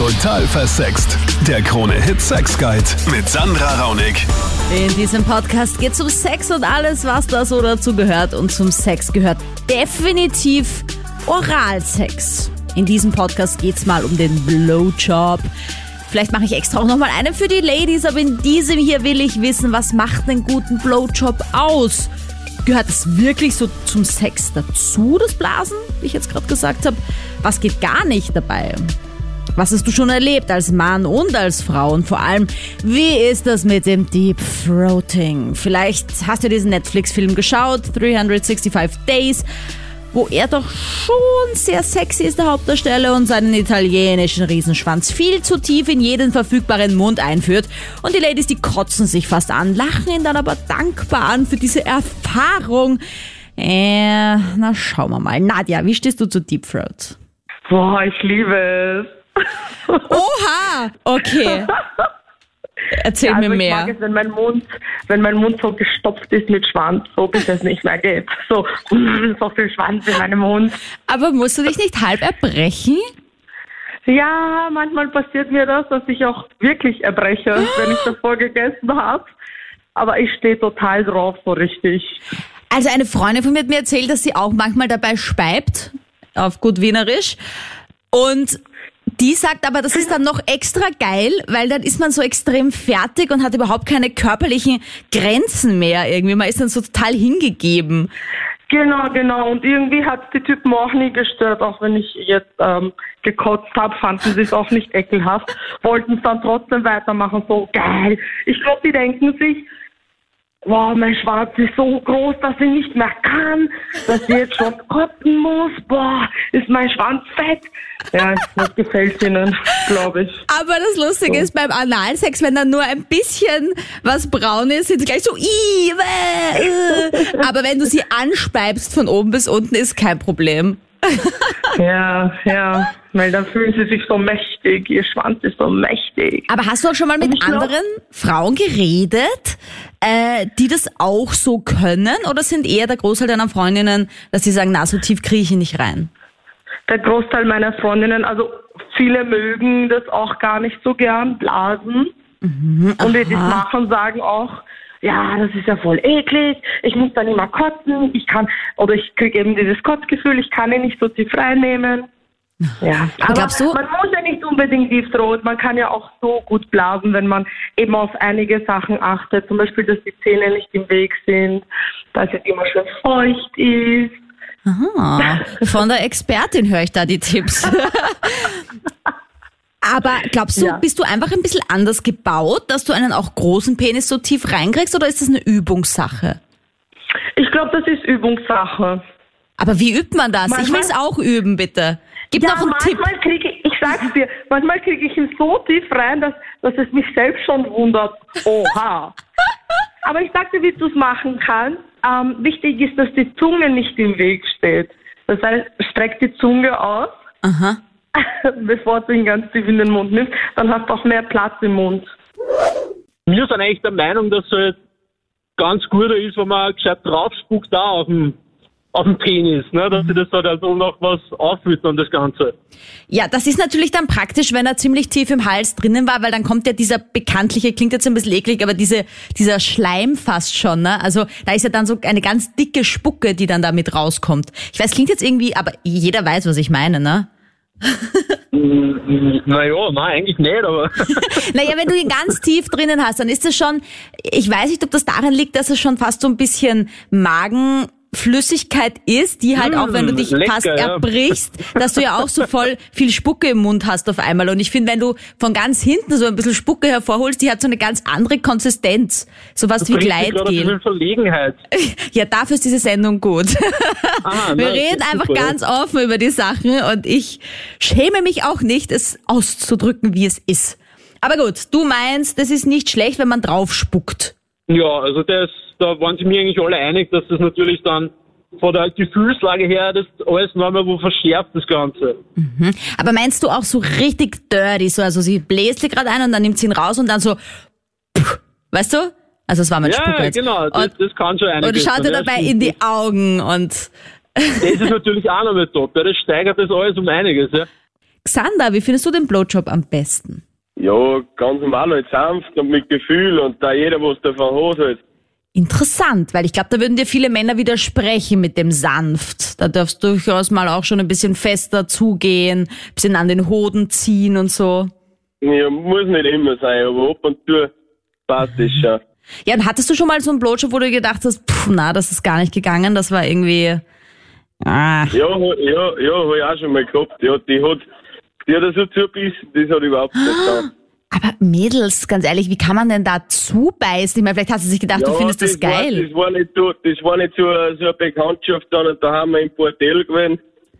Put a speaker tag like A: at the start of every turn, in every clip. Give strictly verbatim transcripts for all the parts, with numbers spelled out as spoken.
A: Total versext. Der Krone-Hit Sex Guide mit Sandra Raunig.
B: In diesem Podcast geht es um Sex und alles, was da so dazu gehört. Und zum Sex gehört definitiv Oralsex. In diesem Podcast geht es mal um den Blowjob. Vielleicht mache ich extra auch nochmal einen für die Ladies, aber in diesem hier will ich wissen, was macht einen guten Blowjob aus? Gehört es wirklich so zum Sex dazu, das Blasen, wie ich jetzt gerade gesagt habe? Was geht gar nicht dabei? Was hast du schon erlebt als Mann und als Frau? Und vor allem, wie ist das mit dem Deep Throating? Vielleicht hast du diesen Netflix-Film geschaut, dreihundertfünfundsechzig Days, wo er doch schon sehr sexy ist, der Hauptdarsteller, und seinen italienischen Riesenschwanz viel zu tief in jeden verfügbaren Mund einführt. Und die Ladies, die kotzen sich fast an, lachen ihn dann aber dankbar an für diese Erfahrung. Äh, na, schauen wir mal. Nadja, wie stehst du zu Deep Throat?
C: Boah, ich liebe es.
B: Oha! Okay. Erzähl
C: ja, also
B: mir mehr.
C: Ich mag es, wenn mein Mund, wenn mein Mund so gestopft ist mit Schwanz, so bis es nicht mehr geht. So, so viel Schwanz in meinem Mund.
B: Aber musst du dich nicht halb erbrechen?
C: Ja, manchmal passiert mir das, dass ich auch wirklich erbreche, wenn ich davor gegessen habe. Aber ich stehe total drauf, so richtig.
B: Also eine Freundin von mir hat mir erzählt, dass sie auch manchmal dabei speibt, auf gut Wienerisch. Und die sagt aber, das ist dann noch extra geil, weil dann ist man so extrem fertig und hat überhaupt keine körperlichen Grenzen mehr irgendwie. Man ist dann so total hingegeben.
C: Genau, genau. Und irgendwie hat die Typen auch nie gestört, auch wenn ich jetzt ähm, gekotzt habe, fanden sie es auch nicht ekelhaft, wollten es dann trotzdem weitermachen, so geil. Ich glaube, die denken sich, wow, mein Schwanz ist so groß, dass ich nicht mehr kann, dass ich jetzt schon kotzen muss. Boah, ist mein Schwanz fett. Ja, das gefällt ihnen, glaube ich.
B: Aber das Lustige so. ist beim Analsex, wenn dann nur ein bisschen was braun ist, sind sie gleich so, ii, bäh, äh. Aber wenn du sie anspeibst von oben bis unten, ist kein Problem.
C: Ja, ja, weil dann fühlen sie sich so mächtig, ihr Schwanz ist so mächtig.
B: Aber hast du auch schon mal mit anderen glaub, Frauen geredet, äh, die das auch so können? Oder sind eher der Großteil deiner Freundinnen, dass sie sagen, na, so tief kriege ich nicht rein?
C: Der Großteil meiner Freundinnen, also viele mögen das auch gar nicht so gern, blasen. Mhm, und die das machen, sagen auch, ja, das ist ja voll eklig, ich muss dann immer kotzen, ich kann, oder ich kriege eben dieses Kotzgefühl, ich kann ihn nicht so tief reinnehmen. Ja, aber glaubst du? Man muss ja nicht unbedingt Deep Throat, man kann ja auch so gut blasen, wenn man eben auf einige Sachen achtet, zum Beispiel, dass die Zähne nicht im Weg sind, dass es immer schön feucht ist.
B: Aha, von der Expertin höre ich da die Tipps. Aber glaubst du, ja. bist du einfach ein bisschen anders gebaut, dass du einen auch großen Penis so tief reinkriegst, oder ist das eine Übungssache?
C: Ich glaube, das ist Übungssache.
B: Aber wie übt man das? Manchmal, ich will es auch üben, bitte. Gib
C: ja,
B: noch einen
C: manchmal
B: Tipp.
C: Kriege ich, ich sag's dir, manchmal kriege ich ihn so tief rein, dass, dass es mich selbst schon wundert. Oha. Aber ich sag dir, wie du es machen kannst. Ähm, wichtig ist, dass die Zunge nicht im Weg steht. Das heißt, streck die Zunge aus.
B: Aha.
C: Bevor du ihn ganz tief in den Mund nimmst, dann hast du auch mehr Platz im Mund.
D: Wir sind eigentlich der Meinung, dass es halt ganz gut ist, wenn man gescheit draufspuckt da auf dem, auf dem Penis, ne? Dass sie das halt also noch was auffüttern, das Ganze.
B: Ja, das ist natürlich dann praktisch, wenn er ziemlich tief im Hals drinnen war, weil dann kommt ja dieser bekanntliche, klingt jetzt ein bisschen eklig, aber diese, dieser Schleim fast schon, ne? Also da ist ja dann so eine ganz dicke Spucke, die dann da mit rauskommt. Ich weiß, klingt jetzt irgendwie, aber jeder weiß, was ich meine, ne?
D: Naja, nein, eigentlich nicht, aber...
B: Naja, wenn du ihn ganz tief drinnen hast, dann ist es schon, ich weiß nicht, ob das daran liegt, dass es schon fast so ein bisschen Magenflüssigkeit ist, die halt mmh, auch, wenn du dich
D: lecker,
B: fast
D: ja.
B: erbrichst, dass du ja auch so voll viel Spucke im Mund hast auf einmal. Und ich finde, wenn du von ganz hinten so ein bisschen Spucke hervorholst, die hat so eine ganz andere Konsistenz. Sowas wie Gleitgel.
D: Verlegenheit.
B: Ja, dafür ist diese Sendung gut.
D: Ah,
B: Wir
D: na,
B: reden einfach
D: super,
B: ganz offen über die Sachen und ich schäme mich auch nicht, es auszudrücken, wie es ist. Aber gut, du meinst, das ist nicht schlecht, wenn man drauf spuckt.
D: Ja, also das, da waren sich mir eigentlich alle einig, dass das natürlich dann von der Gefühlslage her das alles nochmal wo verschärft, das Ganze.
B: Mhm. Aber meinst du auch so richtig dirty, so, also sie bläst sie gerade ein und dann nimmt sie ihn raus und dann so, pff, weißt du? Also es war mein
D: ja,
B: Spuck jetzt.
D: Ja, genau, das,
B: und,
D: das kann schon einiges.
B: Und schaut dir dabei in die Augen und...
D: Das ist natürlich auch noch mit top, das steigert das alles um einiges, ja.
B: Xander, wie findest du den Blowjob am besten?
E: Ja, ganz normal, halt sanft und mit Gefühl und da jeder was davon hat halt.
B: Interessant, weil ich glaube, da würden dir viele Männer widersprechen mit dem sanft. Da darfst du durchaus mal auch schon ein bisschen fester zugehen, ein bisschen an den Hoden ziehen und so.
E: Ja, muss nicht immer sein, aber ab und zu passt das schon.
B: Ja, und hattest du schon mal so einen Blowjob, wo du gedacht hast, pff, na, das ist gar nicht gegangen, das war irgendwie... Ah.
E: Ja, ja, ja, habe ich auch schon mal gehabt. Ja, die hat, die hat so zugebissen, das hat überhaupt nicht getan.
B: Aber Mädels, ganz ehrlich, wie kann man denn da zubeißen? Ich meine, vielleicht hast du sich gedacht,
E: Ja,
B: du findest das,
E: das war,
B: geil.
E: Das war nicht so, das war nicht so, so eine Bekanntschaft, sondern da haben wir im Bordell gewesen.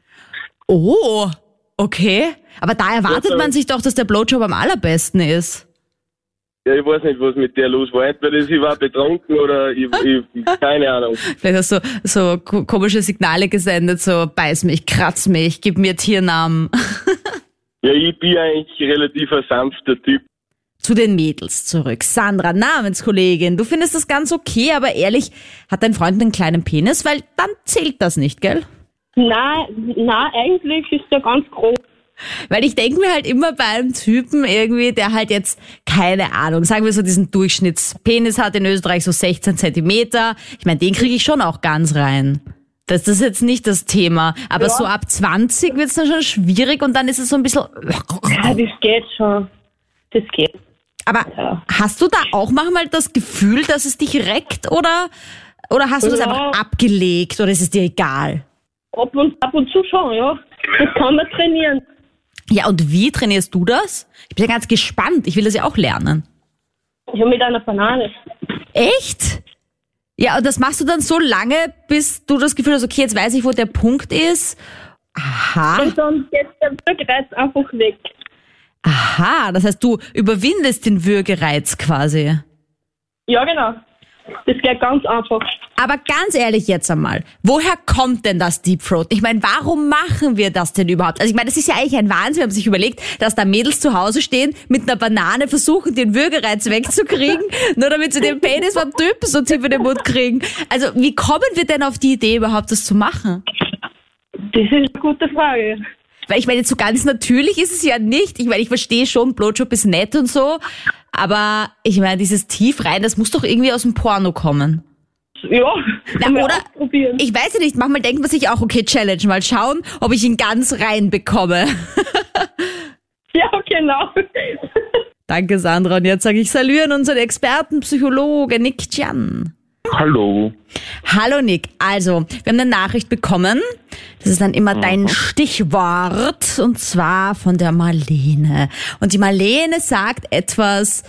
B: Oh, okay. Aber da erwartet
E: Ja, da-
B: man sich doch, dass der Blowjob am allerbesten ist.
E: Ja, ich weiß nicht, was mit der los war. Entweder sie war betrunken oder ich, ich keine Ahnung.
B: Vielleicht hast du so ko- komische Signale gesendet, so beiß mich, kratz mich, gib mir Tiernamen.
E: Ja, ich bin eigentlich relativ ein sanfter Typ.
B: Zu den Mädels zurück. Sandra, Namenskollegin, du findest das ganz okay, aber ehrlich, hat dein Freund einen kleinen Penis? Weil dann zählt das nicht, gell?
C: Nein, nein, eigentlich ist der ganz groß.
B: Weil ich denke mir halt immer bei einem Typen irgendwie, der halt jetzt, keine Ahnung, sagen wir so diesen Durchschnittspenis hat in Österreich so sechzehn Zentimeter. Ich meine, den kriege ich schon auch ganz rein. Das ist jetzt nicht das Thema. Aber
C: Ja.
B: so ab zwanzig wird es dann schon schwierig und dann ist es so ein bisschen...
C: Ja, das geht schon. Das geht.
B: Aber
C: Ja.
B: hast du da auch manchmal das Gefühl, dass es dich reckt oder, oder hast du das
C: Ja.
B: einfach abgelegt oder ist es dir egal?
C: Ab und, ab und zu schon, ja. Das kann man trainieren.
B: Ja, und wie trainierst du das? Ich bin ja ganz gespannt. Ich will das ja auch lernen.
C: Ja, mit einer Banane.
B: Echt? Ja, und das machst du dann so lange, bis du das Gefühl hast, okay, jetzt weiß ich, wo der Punkt ist. Aha,
C: Und dann geht der Wirkreiz einfach weg.
B: aha. Das heißt, du überwindest den Würgereiz quasi.
C: Ja, genau. Das geht ganz einfach.
B: Aber ganz ehrlich jetzt einmal, woher kommt denn das Deep Throat? Ich meine, warum machen wir das denn überhaupt? Also ich meine, das ist ja eigentlich ein Wahnsinn. Wir haben sich überlegt, dass da Mädels zu Hause stehen, mit einer Banane versuchen, den Würgereiz wegzukriegen, nur damit sie den Penis vom Typen so tief in den Mund kriegen. Also wie kommen wir denn auf die Idee überhaupt, das zu machen?
C: Das ist eine gute Frage.
B: Weil ich meine, jetzt so ganz natürlich ist es ja nicht. Ich meine, ich verstehe schon, Blowjob ist nett und so, aber ich meine, dieses tief rein, das muss doch irgendwie aus dem Porno kommen.
C: Ja,
B: Na,
C: können wir
B: oder?
C: ausprobieren.
B: Ich weiß ja nicht, manchmal denkt man sich auch, okay, Challenge, mal schauen, ob ich ihn ganz rein bekomme.
C: Ja, genau.
B: Danke, Sandra. Und jetzt sage ich Salü an unseren Experten, Psychologe Nick Jan.
F: Hallo.
B: Hallo Nick, also wir haben eine Nachricht bekommen, das ist dann immer dein Stichwort, und zwar von der Marlene. Und die Marlene sagt etwas,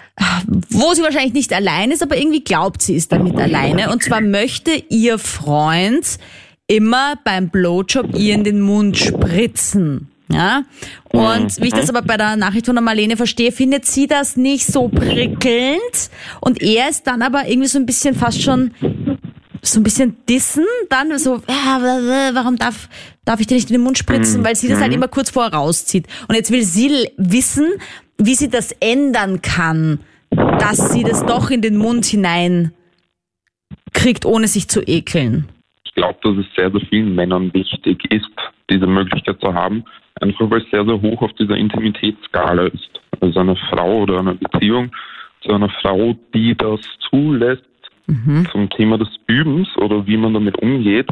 B: wo sie wahrscheinlich nicht allein ist, aber irgendwie glaubt, sie ist damit alleine. Und zwar möchte ihr Freund immer beim Blowjob ihr in den Mund spritzen. Ja, und wie ich das aber bei der Nachricht von der Marlene verstehe, findet sie das nicht so prickelnd und er ist dann aber irgendwie so ein bisschen fast schon so ein bisschen dissen, dann so, ja, warum darf, darf ich dir nicht in den Mund spritzen, weil sie das halt immer kurz vorher rauszieht. Und jetzt will sie l- wissen, wie sie das ändern kann, dass sie das doch in den Mund hinein kriegt, ohne sich zu ekeln.
F: Ich glaube, dass es sehr, sehr vielen Männern wichtig ist, diese Möglichkeit zu haben, einfach weil es sehr, sehr hoch auf dieser Intimitätsskala ist. Also eine Frau oder eine Beziehung zu einer Frau, die das zulässt, zum Thema des Übens oder wie man damit umgeht.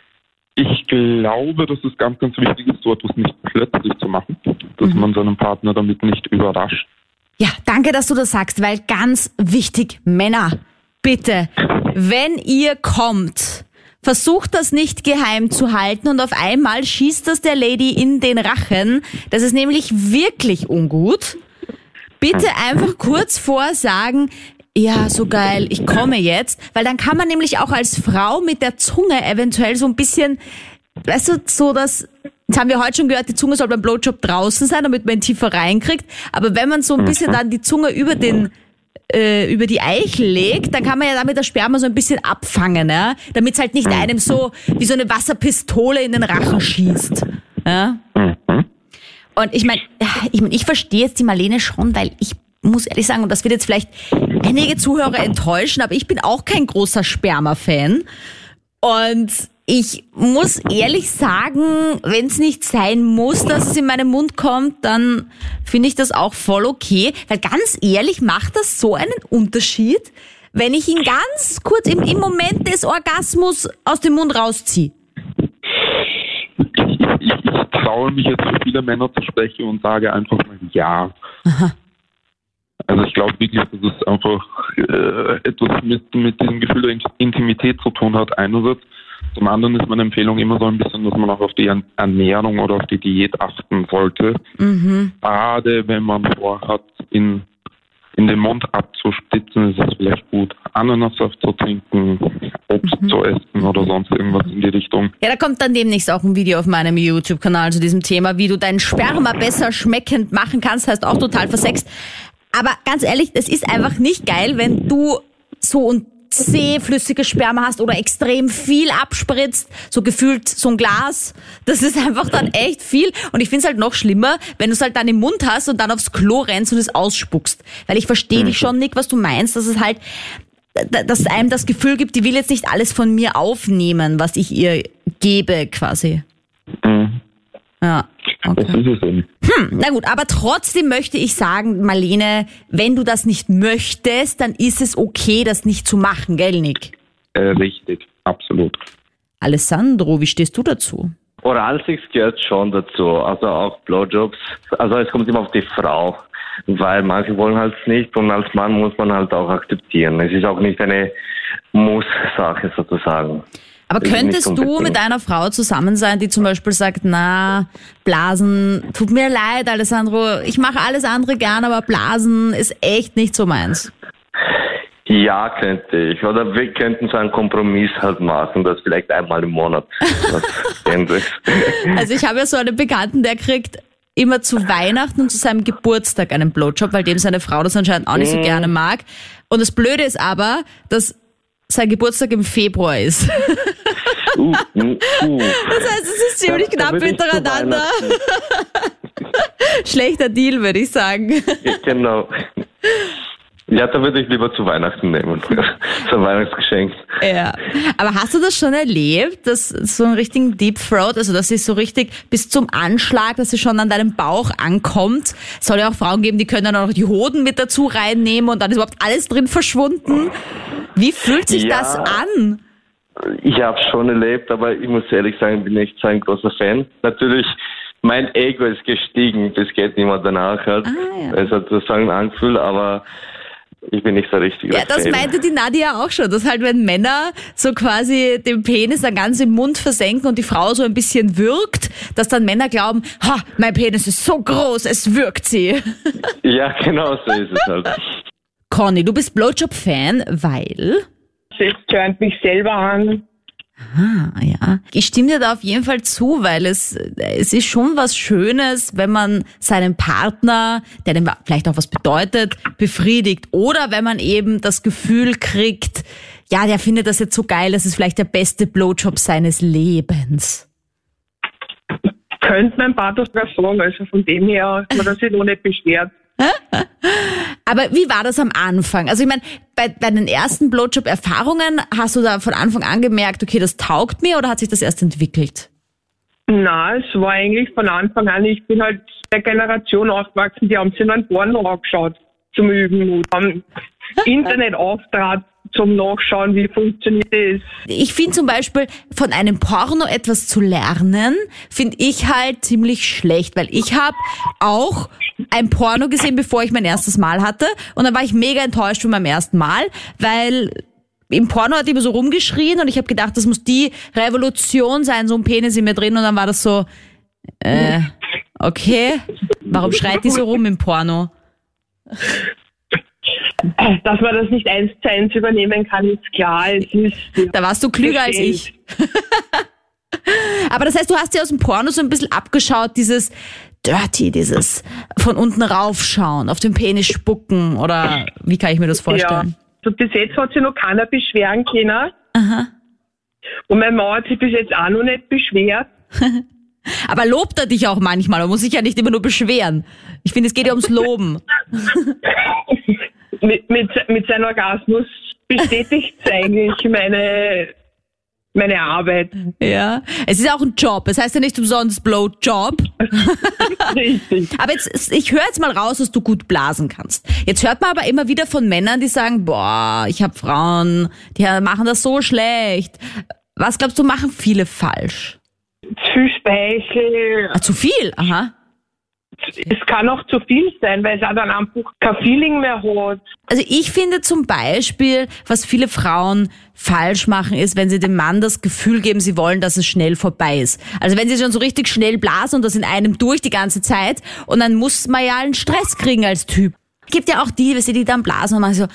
F: Ich glaube, dass es ganz, ganz wichtig ist, so etwas nicht plötzlich zu machen, dass man seinen Partner damit nicht überrascht.
B: Ja, danke, dass du das sagst, weil ganz wichtig, Männer, bitte, wenn ihr kommt, versucht das nicht geheim zu halten und auf einmal schießt das der Lady in den Rachen. Das ist nämlich wirklich ungut. Bitte einfach kurz vor sagen, ja, so geil, ich komme jetzt, weil dann kann man nämlich auch als Frau mit der Zunge eventuell so ein bisschen, weißt du, so das, das haben wir heute schon gehört, die Zunge soll beim Blowjob draußen sein, damit man ihn tiefer reinkriegt, aber wenn man so ein bisschen dann die Zunge über den äh, über die Eichel legt, dann kann man ja damit das Sperma so ein bisschen abfangen, ja, damit es halt nicht einem so wie so eine Wasserpistole in den Rachen schießt. Ja? Und ich meine, ich, mein, ich verstehe jetzt die Marlene schon, weil ich muss ehrlich sagen, und das wird jetzt vielleicht einige Zuhörer enttäuschen, aber ich bin auch kein großer Sperma-Fan. Und Ich muss ehrlich sagen, wenn es nicht sein muss, dass es in meinen Mund kommt, dann finde ich das auch voll okay. Weil ganz ehrlich, macht das so einen Unterschied, wenn ich ihn ganz kurz im, im Moment des Orgasmus aus dem Mund rausziehe?
F: Ich, ich, ich traue mich jetzt für viele Männer zu sprechen und sage einfach mal ja.
B: Aha.
F: Also ich glaube wirklich, dass es einfach äh, etwas mit, mit diesem Gefühl der Intimität zu tun hat einerseits. Zum anderen ist meine Empfehlung immer so ein bisschen, dass man auch auf die Ernährung oder auf die Diät achten sollte.
B: Mhm.
F: Gerade wenn man vorhat, in, in den Mund abzuspitzen, ist es vielleicht gut, Ananassaft zu trinken, Obst mhm. zu essen oder sonst irgendwas in die Richtung.
B: Ja, da kommt dann demnächst auch ein Video auf meinem YouTube-Kanal zu diesem Thema, wie du dein Sperma besser schmeckend machen kannst, heißt auch total versext. Aber ganz ehrlich, es ist einfach nicht geil, wenn du so ein zähflüssiges Sperma hast oder extrem viel abspritzt, so gefühlt so ein Glas. Das ist einfach dann echt viel. Und ich finde es halt noch schlimmer, wenn du es halt dann im Mund hast und dann aufs Klo rennst und es ausspuckst. Weil ich verstehe dich schon, Nick, was du meinst, dass es halt, dass es einem das Gefühl gibt, die will jetzt nicht alles von mir aufnehmen, was ich ihr gebe, quasi.
F: Mhm.
B: Ja. Okay.
F: Das ist es eben.
B: Hm, na gut, aber trotzdem möchte ich sagen, Marlene, wenn du das nicht möchtest, dann ist es okay, das nicht zu machen, gell, Nick?
F: Äh, richtig, absolut.
B: Alessandro, wie stehst du dazu?
G: Oralsex gehört schon dazu, also auch Blowjobs. Also es kommt immer auf die Frau, weil manche wollen halt nicht und als Mann muss man halt auch akzeptieren. Es ist auch nicht eine Muss-Sache sozusagen.
B: Aber könntest du mit einer Frau zusammen sein, die zum Beispiel sagt, na, Blasen, tut mir leid, Alessandro, ich mache alles andere gern, aber Blasen ist echt nicht so meins?
G: Ja, könnte ich. Oder wir könnten so einen Kompromiss halt machen, das vielleicht einmal im Monat.
B: Also ich habe ja so einen Bekannten, der kriegt immer zu Weihnachten und zu seinem Geburtstag einen Blowjob, weil dem seine Frau das anscheinend auch nicht so gerne mag. Und das Blöde ist aber, dass sein Geburtstag im Februar ist.
G: Uh, uh, uh.
B: Das heißt, es ist ziemlich knapp hintereinander. Schlechter Deal, würde ich sagen.
G: Genau. Ja, da würde ich lieber zu Weihnachten nehmen. So ein Weihnachtsgeschenk.
B: Ja. Aber hast du das schon erlebt, dass so einen richtigen Deep Throat, also dass sie so richtig bis zum Anschlag, dass sie schon an deinem Bauch ankommt? Es soll ja auch Frauen geben, die können dann auch die Hoden mit dazu reinnehmen und dann ist überhaupt alles drin verschwunden. Wie fühlt sich
G: ja,
B: das an?
G: Ich habe es schon erlebt, aber ich muss ehrlich sagen, bin nicht so ein großer Fan. Natürlich, mein Ego ist gestiegen, das geht nicht mehr danach. Halt. Ah, ja. Es hat sozusagen ein Gefühl, aber ich bin nicht so richtig.
B: Ja, das
G: Fan.
B: meinte die Nadia auch schon, dass halt wenn Männer so quasi den Penis dann ganz im Mund versenken und die Frau so ein bisschen wirkt, dass dann Männer glauben, ha, mein Penis ist so groß, es wirkt sie.
G: Ja, genau so ist es halt.
B: Conny, du bist Blowjob-Fan, weil?
C: Es tönt mich selber an.
B: Ah, ja. Ich stimme dir da auf jeden Fall zu, weil es, es ist schon was Schönes, wenn man seinen Partner, der dem vielleicht auch was bedeutet, befriedigt. Oder wenn man eben das Gefühl kriegt, ja, der findet das jetzt so geil, das ist vielleicht der beste Blowjob seines Lebens.
C: Könnte mein Partner sogar sagen, also von dem her hat er sich noch nicht beschwert.
B: Aber wie war das am Anfang? Also ich meine, bei, bei den ersten Blowjob-Erfahrungen hast du da von Anfang an gemerkt, okay, das taugt mir, oder hat sich das erst entwickelt?
C: Na, es war eigentlich von Anfang an, ich bin halt der Generation aufgewachsen, die haben sich einen Porno angeschaut zum Üben und haben Internet auftrat zum Nachschauen, wie funktioniert das.
B: Ich finde zum Beispiel, von einem Porno etwas zu lernen, finde ich halt ziemlich schlecht, weil ich habe auch ein Porno gesehen, bevor ich mein erstes Mal hatte, und dann war ich mega enttäuscht von meinem ersten Mal, weil im Porno hat immer so rumgeschrien und ich habe gedacht, das muss die Revolution sein, so ein Penis in mir drin, und dann war das so, äh, okay, warum schreit die so rum im Porno?
C: Dass man das nicht eins zu eins übernehmen kann, ist klar. Es ist,
B: da warst du klüger als ich. Aber das heißt, du hast dir aus dem Porno so ein bisschen abgeschaut, dieses Dirty, dieses von unten raufschauen, auf den Penis spucken, oder wie kann ich mir das vorstellen?
C: Ja, so bis jetzt hat sich noch keiner beschweren können.
B: Aha.
C: Und mein Mann hat sich bis jetzt auch noch nicht beschwert.
B: Aber lobt er dich auch manchmal? Man muss sich ja nicht immer nur beschweren. Ich finde, es geht ja ums Loben.
C: mit, mit, mit seinem Orgasmus bestätigt es eigentlich meine meine Arbeit.
B: Ja, es ist auch ein Job. Es heißt ja nicht umsonst Blowjob.
C: Richtig.
B: Aber jetzt, ich höre jetzt mal raus, dass du gut blasen kannst. Jetzt hört man aber immer wieder von Männern, die sagen, boah, ich habe Frauen, die machen das so schlecht. Was glaubst du, machen viele falsch?
C: Zu Speichel.
B: Ah, zu viel? Aha.
C: Es kann auch zu viel sein, weil es auch dann einfach kein Feeling mehr hat.
B: Also ich finde zum Beispiel, was viele Frauen falsch machen, ist, wenn sie dem Mann das Gefühl geben, sie wollen, dass es schnell vorbei ist. Also wenn sie schon so richtig schnell blasen und das in einem durch die ganze Zeit und dann muss man ja einen Stress kriegen als Typ. Gibt ja auch die, weißt du, die dann blasen und machen so,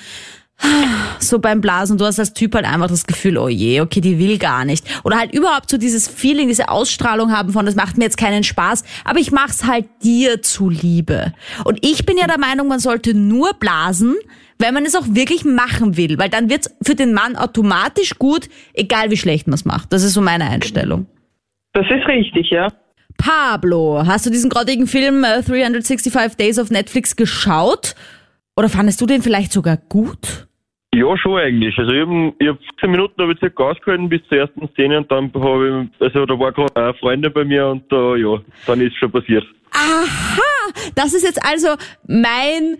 B: so beim Blasen, du hast als Typ halt einfach das Gefühl, oh je, okay, die will gar nicht. Oder halt überhaupt so dieses Feeling, diese Ausstrahlung haben von, das macht mir jetzt keinen Spaß, aber ich mach's halt dir zuliebe. Und ich bin ja der Meinung, man sollte nur blasen, wenn man es auch wirklich machen will, weil dann wird's für den Mann automatisch gut, egal wie schlecht man es macht. Das ist so meine Einstellung.
C: Das ist richtig, ja.
B: Pablo, hast du diesen grottigen Film äh, dreihundertfünfundsechzig Days auf Netflix geschaut? Oder fandest du den vielleicht sogar gut?
E: Ja, schon eigentlich. Also ich habe ich hab fünfzehn Minuten hab ich circa ausgehalten bis zur ersten Szene und dann habe ich, also da war gerade eine Freundin bei mir und da, ja, dann ist schon passiert.
B: Aha, das ist jetzt also mein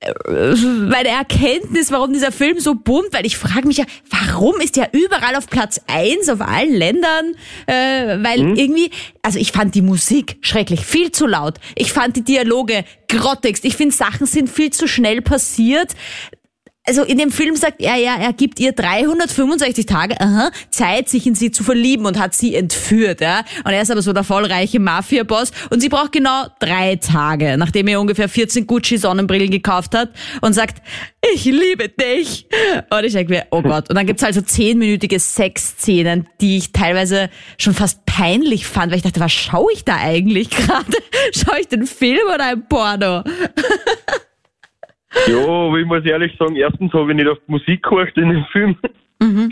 B: meine Erkenntnis, warum dieser Film so boomt, weil ich frage mich ja, warum ist der überall auf Platz eins auf allen Ländern? Äh, weil mhm. irgendwie, also ich fand die Musik schrecklich, viel zu laut. Ich fand die Dialoge grottigst. Ich finde, Sachen sind viel zu schnell passiert. Also in dem Film sagt er ja, er gibt ihr dreihundertfünfundsechzig Tage aha, Zeit, sich in sie zu verlieben und hat sie entführt. Ja? Und er ist aber so der vollreiche Mafia-Boss und sie braucht genau drei Tage, nachdem er ungefähr vierzehn Gucci-Sonnenbrillen gekauft hat und sagt, ich liebe dich. Und ich denke mir, oh Gott. Und dann gibt's halt so zehnminütige Sexszenen, die ich teilweise schon fast peinlich fand, weil ich dachte, was schaue ich da eigentlich gerade? Schaue ich den Film oder ein Porno?
E: Ja, aber ich muss ehrlich sagen, erstens habe ich nicht auf die Musik gehört in dem Film. Mhm.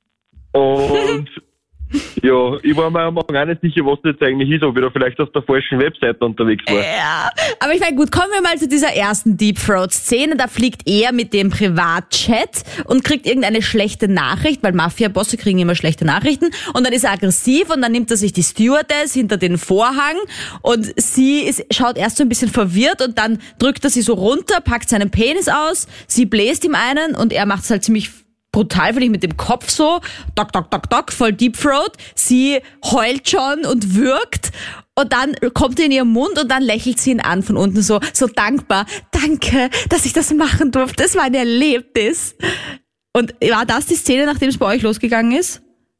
E: Und ja, ich war mir am Anfang auch nicht sicher, was das jetzt eigentlich ist, ob ich da vielleicht auf der falschen Webseite unterwegs war.
B: Ja, aber ich meine, gut, kommen wir mal zu dieser ersten Deep Throat-Szene. Da fliegt er mit dem Privatchat und kriegt irgendeine schlechte Nachricht, weil Mafia-Bosse kriegen immer schlechte Nachrichten. Und dann ist er aggressiv und dann nimmt er sich die Stewardess hinter den Vorhang und sie ist, schaut erst so ein bisschen verwirrt und dann drückt er sie so runter, packt seinen Penis aus, sie bläst ihm einen und er macht es halt ziemlich brutal, finde ich, mit dem Kopf so, dock, dock, dock, dock, voll Deep Throat. Sie heult schon und würgt und dann kommt er in ihren Mund und dann lächelt sie ihn an von unten so, so dankbar. Danke, dass ich das machen durfte. Das war ein Erlebnis. Und war das die Szene, nachdem es bei euch losgegangen ist?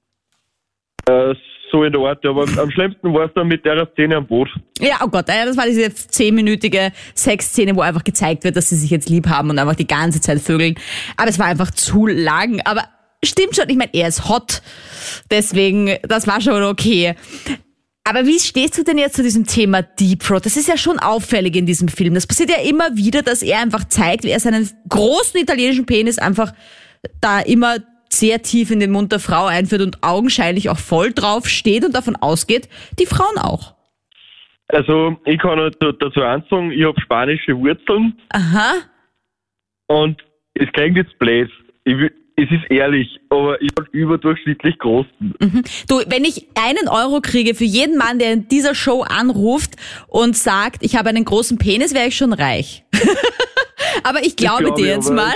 E: Äh, so in der Art, aber am schlimmsten war es dann mit der Szene am Boot.
B: Ja, oh Gott, das war diese zehnminütige Sexszene, wo einfach gezeigt wird, dass sie sich jetzt lieb haben und einfach die ganze Zeit vögeln. Aber es war einfach zu lang. Aber stimmt schon, ich meine, er ist hot. Deswegen, das war schon okay. Aber wie stehst du denn jetzt zu diesem Thema Deep Throat? Das ist ja schon auffällig in diesem Film. Das passiert ja immer wieder, dass er einfach zeigt, wie er seinen großen italienischen Penis einfach da immer sehr tief in den Mund der Frau einführt und augenscheinlich auch voll drauf steht und davon ausgeht, die Frauen auch.
E: Also ich kann dazu eins sagen, ich habe spanische Wurzeln.
B: Aha.
E: Und es klingt jetzt blöd. Ich will, es ist ehrlich, aber ich habe überdurchschnittlich groß.
B: Mhm. Du, wenn ich einen Euro kriege für jeden Mann, der in dieser Show anruft und sagt, ich habe einen großen Penis, wäre ich schon reich. Aber ich glaube glaub dir jetzt mal.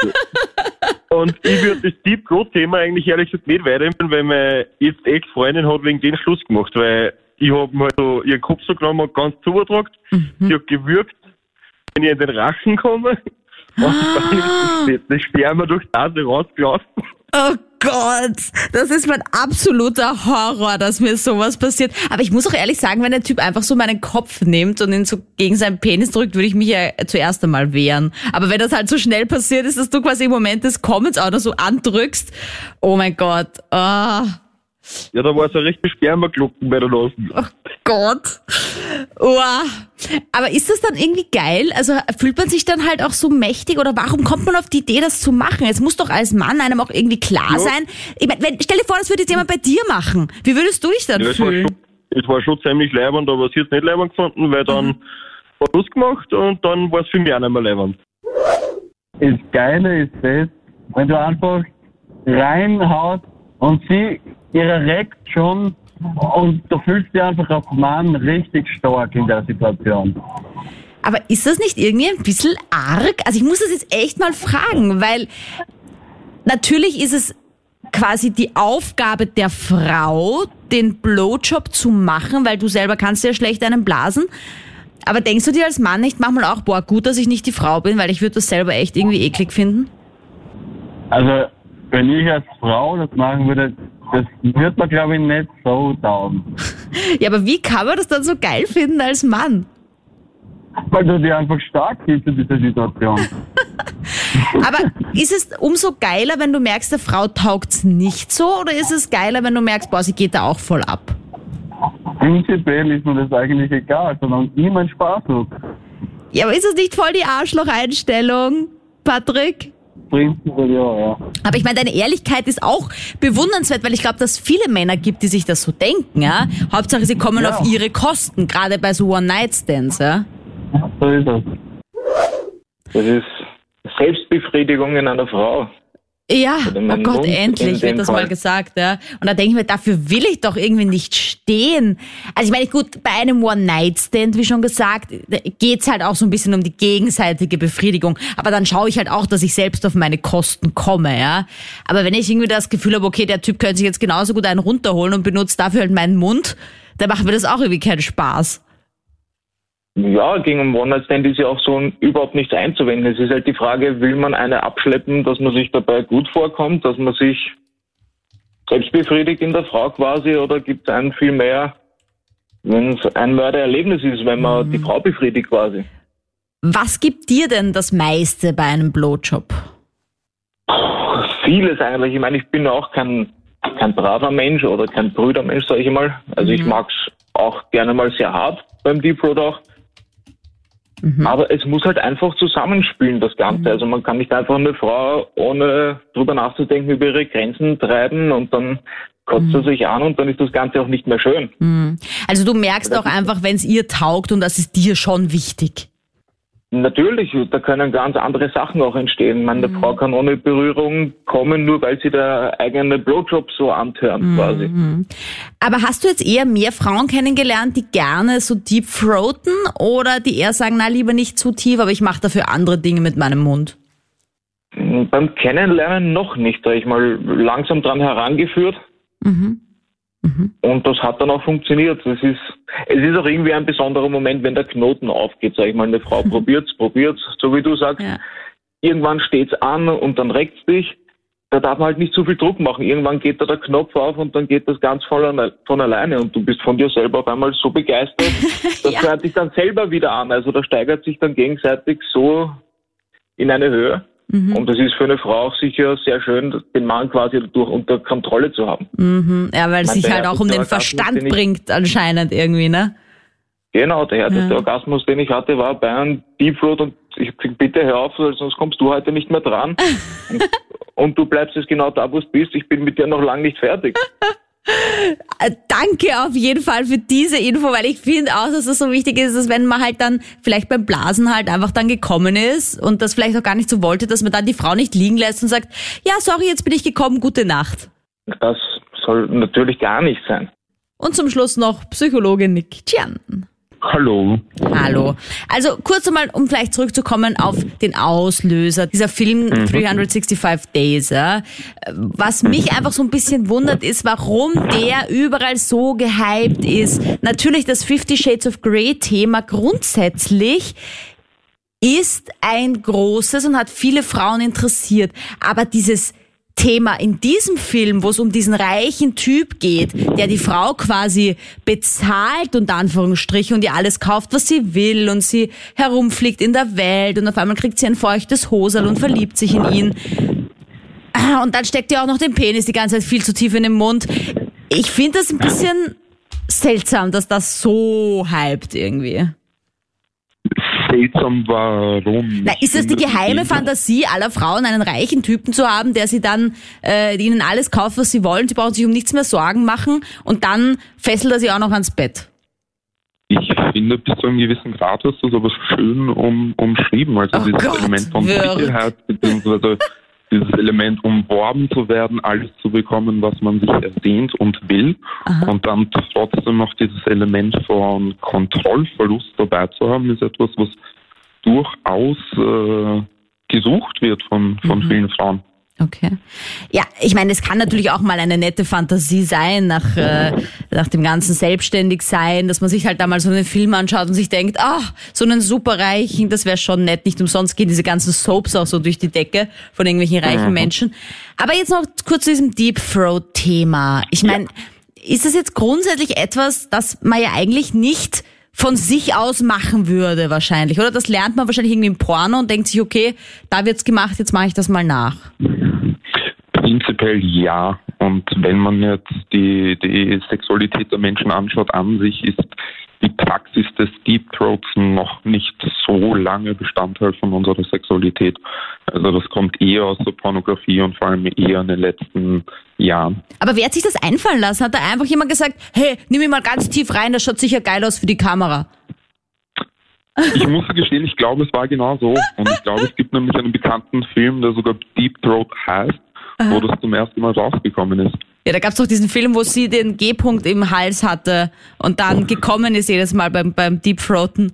E: Und ich würde das Deep Throat-Thema eigentlich ehrlich gesagt nicht weiterempfehlen, weil meine jetzt Ex-Freundin hat wegen den Schluss gemacht, weil ich habe halt so ihren Kopf so genommen und ganz zugetragen, mhm. sie hat gewürgt, wenn ich in den Rachen komme und ah. dann ist das Sperma durch die Nase rausgelaufen.
B: Oh Gott, das ist mein absoluter Horror, dass mir sowas passiert. Aber ich muss auch ehrlich sagen, wenn der Typ einfach so meinen Kopf nimmt und ihn so gegen seinen Penis drückt, würde ich mich ja zuerst einmal wehren. Aber wenn das halt so schnell passiert ist, dass du quasi im Moment des Kommens auch noch so andrückst, oh mein Gott, oh.
E: Ja, da war so ein richtig Spermaglocken bei der Nase.
B: Oh Gott. Oh. Aber ist das dann irgendwie geil? Also fühlt man sich dann halt auch so mächtig oder warum kommt man auf die Idee, das zu machen? Es muss doch als Mann einem auch irgendwie klar ja. sein. Ich mein, wenn, stell dir vor, das würde jetzt jemand bei dir machen. Wie würdest du dich dann ja, fühlen?
E: Es war, schon, es war schon ziemlich leibend, aber sie hat es nicht leibend gefunden, weil dann mhm. war Schluss gemacht und dann war es für mich auch nicht mehr leibend.
H: Das Geile ist das, wenn du einfach reinhaust und sie ihre regt schon und du fühlst dich einfach als Mann richtig stark in der Situation.
B: Aber ist das nicht irgendwie ein bisschen arg? Also ich muss das jetzt echt mal fragen, weil natürlich ist es quasi die Aufgabe der Frau, den Blowjob zu machen, weil du selber kannst ja schlecht einen blasen. Aber denkst du dir als Mann nicht manchmal auch, boah, gut, dass ich nicht die Frau bin, weil ich würde das selber echt irgendwie eklig finden?
H: Also, wenn ich als Frau das machen würde, das wird mir, glaube ich, nicht so taugen.
B: Ja, aber wie kann man das dann so geil finden als Mann?
H: Weil du dich einfach stark fühlst in dieser Situation.
B: Aber ist es umso geiler, wenn du merkst, der Frau taugt's nicht so, oder ist es geiler, wenn du merkst, boah, sie geht da auch voll ab?
H: Prinzipiell ist mir das eigentlich egal, sondern ich meinen Spaß habe.
B: Ja, aber ist das nicht voll die Arschloch-Einstellung, Patrick?
H: Prinzipiell ja, ja.
B: Aber ich meine, deine Ehrlichkeit ist auch bewundernswert, weil ich glaube, dass es viele Männer gibt, die sich das so denken, ja? Hauptsache, sie kommen
H: Ja.
B: auf ihre Kosten, gerade bei so One-Night-Stands, ja?
H: So ist es.
I: Das ist Selbstbefriedigung in einer Frau.
B: Ja,
I: Oder
B: oh
I: mein
B: Gott,
I: Mund in
B: endlich
I: dem
B: wird das
I: Fall.
B: mal gesagt, ja. Und da denke ich mir, dafür will ich doch irgendwie nicht stehen. Also ich meine, gut, bei einem One-Night-Stand, wie schon gesagt, geht's halt auch so ein bisschen um die gegenseitige Befriedigung. Aber dann schaue ich halt auch, dass ich selbst auf meine Kosten komme, ja. Aber wenn ich irgendwie das Gefühl habe, okay, der Typ könnte sich jetzt genauso gut einen runterholen und benutzt dafür halt meinen Mund, dann macht mir das auch irgendwie keinen Spaß.
I: Ja, gegen einen One-Night-Stand ist ja auch so ein, überhaupt nichts einzuwenden. Es ist halt die Frage, will man eine abschleppen, dass man sich dabei gut vorkommt, dass man sich selbst befriedigt in der Frau quasi, oder gibt es einen viel mehr, wenn es ein Mördererlebnis ist, wenn man mhm. die Frau befriedigt quasi?
B: Was gibt dir denn das meiste bei einem Blowjob?
I: Vieles eigentlich. Ich meine, ich bin auch kein, kein braver Mensch oder kein brüder Mensch, sage ich mal. Also mhm. ich mag es auch gerne mal sehr hart beim Deep Throat auch. Mhm. Aber es muss halt einfach zusammenspielen, das Ganze. Mhm. Also man kann nicht einfach eine Frau, ohne drüber nachzudenken, über ihre Grenzen treiben und dann kotzt mhm. er sich an und dann ist das Ganze auch nicht mehr schön.
B: Mhm. Also du merkst auch einfach, wenn es ihr taugt, und das ist dir schon wichtig.
I: Natürlich, da können ganz andere Sachen auch entstehen. Meine mhm. Frau kann ohne Berührung kommen, nur weil sie der eigene Blowjob so anhört mhm. quasi.
B: Aber hast du jetzt eher mehr Frauen kennengelernt, die gerne so deep throaten, oder die eher sagen, na lieber nicht zu tief, aber ich mache dafür andere Dinge mit meinem Mund?
I: Beim Kennenlernen noch nicht, da ich mal langsam dran herangeführt. Mhm. Mhm. Und das hat dann auch funktioniert. Es ist, es ist auch irgendwie ein besonderer Moment, wenn der Knoten aufgeht, sag ich mal. Eine Frau probiert's, probiert's, so wie du sagst. Ja. Irgendwann steht's an und dann reckt's dich. Da darf man halt nicht zu viel Druck machen. Irgendwann geht da der Knopf auf und dann geht das ganz voll von alleine und du bist von dir selber auf einmal so begeistert, das ja. hört dich dann selber wieder an. Also da steigert sich dann gegenseitig so in eine Höhe. Mhm. Und das ist für eine Frau auch sicher sehr schön, den Mann quasi dadurch unter Kontrolle zu haben.
B: Mhm. Ja, weil es sich halt auch um den Verstand ich, bringt anscheinend irgendwie, ne?
I: Genau, der härteste ja. Orgasmus, den ich hatte, war bei einem Deep Throat und ich sag, bitte hör auf, sonst kommst du heute nicht mehr dran. und, und du bleibst jetzt genau da, wo du bist. Ich bin mit dir noch lange nicht fertig.
B: Danke auf jeden Fall für diese Info, weil ich finde auch, dass es so wichtig ist, dass wenn man halt dann vielleicht beim Blasen halt einfach dann gekommen ist und das vielleicht auch gar nicht so wollte, dass man dann die Frau nicht liegen lässt und sagt, ja, sorry, jetzt bin ich gekommen, gute Nacht.
I: Das soll natürlich gar nicht sein.
B: Und zum Schluss noch Psychologe Nick Gian.
F: Hallo.
B: Hallo. Also kurz einmal, um vielleicht zurückzukommen auf den Auslöser, dieser Film mhm. dreihundertfünfundsechzig Days. Ja. Was mich einfach so ein bisschen wundert, ist, warum der überall so gehypt ist. Natürlich das Fifty Shades of Grey Thema grundsätzlich ist ein großes und hat viele Frauen interessiert. Aber dieses Thema in diesem Film, wo es um diesen reichen Typ geht, der die Frau quasi bezahlt, unter Anführungsstrichen, und ihr alles kauft, was sie will, und sie herumfliegt in der Welt und auf einmal kriegt sie ein feuchtes Hoserl und verliebt sich in ihn. Und dann steckt ihr auch noch den Penis die ganze Zeit viel zu tief in den Mund. Ich finde das ein bisschen seltsam, dass das so hypt irgendwie.
F: Seltsam, warum?
B: Na, ist das die geheime Fantasie aller Frauen, einen reichen Typen zu haben, der sie dann äh, ihnen alles kauft, was sie wollen, sie brauchen sich um nichts mehr Sorgen machen und dann fesselt er sie auch noch ans Bett?
F: Ich finde, bis zu einem gewissen Grad hast du das aber schön um, umschrieben. Also
B: oh
F: dieses
B: Gott,
F: Element von
B: wirk.
F: Sicherheit, beziehungsweise dieses Element umworben zu werden, alles zu bekommen, was man sich ersehnt und will. Aha. Und dann trotzdem noch dieses Element von Kontrollverlust dabei zu haben, ist etwas, was durchaus äh, gesucht wird von, von mhm. vielen Frauen.
B: Okay. Ja, ich meine, es kann natürlich auch mal eine nette Fantasie sein, nach, äh, nach dem ganzen Selbstständigsein, dass man sich halt da mal so einen Film anschaut und sich denkt, ah, so einen Superreichen, das wäre schon nett. Nicht umsonst gehen diese ganzen Soaps auch so durch die Decke von irgendwelchen reichen mhm. Menschen. Aber jetzt noch kurz zu diesem Deep Throat-Thema. Ich meine, ja. ist das jetzt grundsätzlich etwas, das man ja eigentlich nicht von sich aus machen würde wahrscheinlich, oder? Das lernt man wahrscheinlich irgendwie im Porno und denkt sich, okay, da wird's gemacht, jetzt mache ich das mal nach.
F: Prinzipiell ja. Und wenn man jetzt die, die Sexualität der Menschen anschaut, an sich ist die Praxis des Deep Throats noch nicht so lange Bestandteil von unserer Sexualität. Also das kommt eher aus der Pornografie und vor allem eher in den letzten Jahren.
B: Aber wer hat sich das einfallen lassen? Hat da einfach jemand gesagt, hey, nimm mich mal ganz tief rein, das schaut sicher geil aus für die Kamera?
F: Ich muss gestehen, ich glaube, es war genau so. Und ich glaube, es gibt nämlich einen bekannten Film, der sogar Deep Throat heißt, Aha. wo das zum ersten Mal rausgekommen ist.
B: Ja, da gab's doch diesen Film, wo sie den G-Punkt im Hals hatte und dann gekommen ist jedes Mal beim, beim Deep Throaten.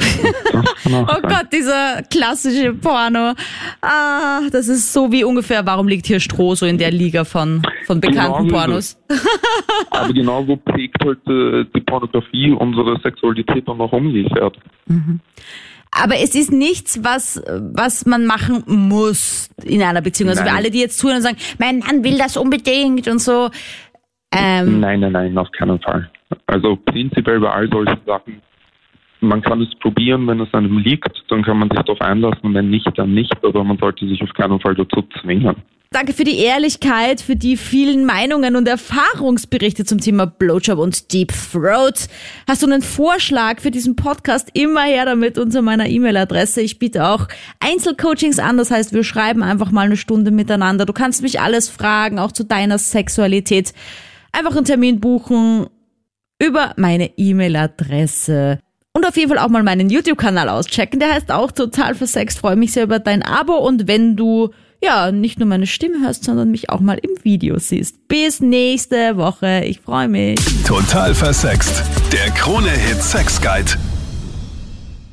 B: Oh Gott, dieser klassische Porno. Ah, das ist so wie ungefähr, warum liegt hier Stroh so in der Liga von, von bekannten
F: genau
B: Pornos?
F: Aber genau so prägt halt äh, die Pornografie unsere Sexualität dann auch umgekehrt.
B: Mhm. Aber es ist nichts, was was man machen muss in einer Beziehung. Also nein. Für alle, die jetzt zuhören und sagen, mein Mann will das unbedingt und so. Ähm,
F: nein, nein, nein, auf keinen Fall. Also prinzipiell bei all solchen Sachen, man kann es probieren, wenn es einem liegt, dann kann man sich darauf einlassen, wenn nicht, dann nicht. Aber man sollte sich auf keinen Fall dazu zwingen.
B: Danke für die Ehrlichkeit, für die vielen Meinungen und Erfahrungsberichte zum Thema Blowjob und Deep Throat. Hast du einen Vorschlag für diesen Podcast? Immer her damit unter meiner E-Mail-Adresse. Ich biete auch Einzelcoachings an, das heißt, wir schreiben einfach mal eine Stunde miteinander. Du kannst mich alles fragen, auch zu deiner Sexualität. Einfach einen Termin buchen über meine E-Mail-Adresse. Und auf jeden Fall auch mal meinen YouTube-Kanal auschecken. Der heißt auch Total Versext. Freue mich sehr über dein Abo und wenn du ja, nicht nur meine Stimme hörst, sondern mich auch mal im Video siehst. Bis nächste Woche. Ich freue mich.
A: Total versext. Der Krone-Hit Sex Guide.